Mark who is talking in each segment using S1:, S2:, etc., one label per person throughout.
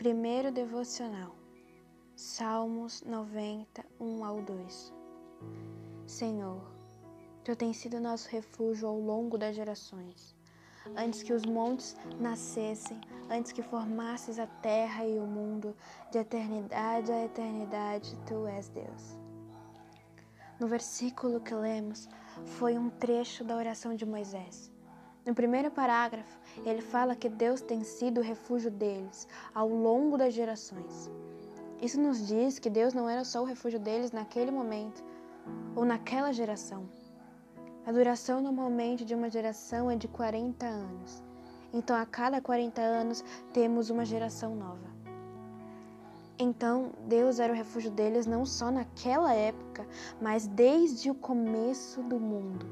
S1: Primeiro devocional, Salmos 90, 1 ao 2. Senhor, Tu tens sido nosso refúgio ao longo das gerações. Antes que os montes nascessem, antes que formasses a terra e o mundo, de eternidade a eternidade, Tu és Deus. No versículo que lemos, foi um trecho da oração de Moisés. No primeiro parágrafo, ele fala que Deus tem sido o refúgio deles ao longo das gerações. Isso nos diz que Deus não era só o refúgio deles naquele momento ou naquela geração. A duração normalmente de uma geração é de 40 anos. Então, a cada 40 anos, temos uma geração nova. Então, Deus era o refúgio deles não só naquela época, mas desde o começo do mundo.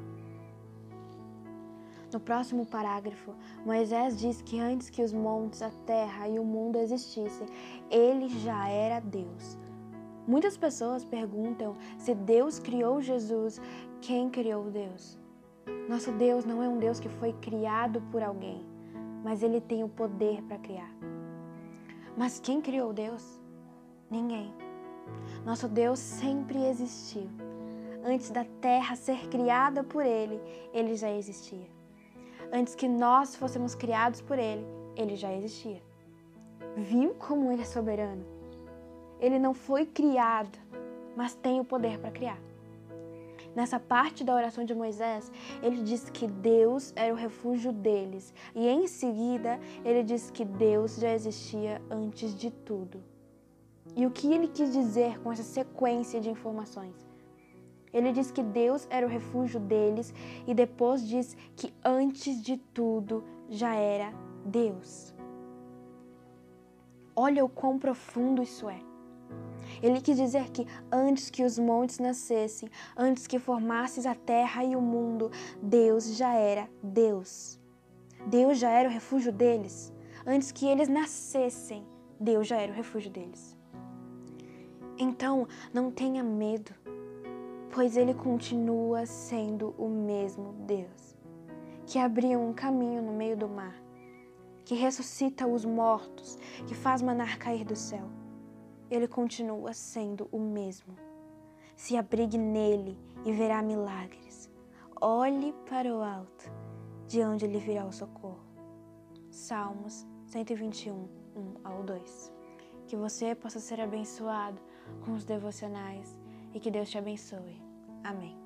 S1: No próximo parágrafo, Moisés diz que antes que os montes, a terra e o mundo existissem, ele já era Deus. Muitas pessoas perguntam se Deus criou Jesus, quem criou Deus? Nosso Deus não é um Deus que foi criado por alguém, mas ele tem o poder para criar. Mas quem criou Deus? Ninguém. Nosso Deus sempre existiu. Antes da terra ser criada por ele, ele já existia. Antes que nós fôssemos criados por ele já existia. Viu como ele é soberano? Ele não foi criado, mas tem o poder para criar. Nessa parte da oração de Moisés, ele diz que Deus era o refúgio deles. E em seguida, ele diz que Deus já existia antes de tudo. E o que ele quis dizer com essa sequência de informações? Ele diz que Deus era o refúgio deles e depois diz que antes de tudo já era Deus. Olha o quão profundo isso é. Ele quis dizer que antes que os montes nascessem, antes que formasses a terra e o mundo, Deus já era Deus. Deus já era o refúgio deles. Antes que eles nascessem, Deus já era o refúgio deles. Então, não tenha medo, pois ele continua sendo o mesmo Deus, que abriu um caminho no meio do mar, que ressuscita os mortos, que faz maná cair do céu. Ele continua sendo o mesmo. Se abrigue nele e verá milagres. Olhe para o alto, de onde lhe virá o socorro. Salmos 121, 1 ao 2. Que você possa ser abençoado com os devocionais e que Deus te abençoe. Amém.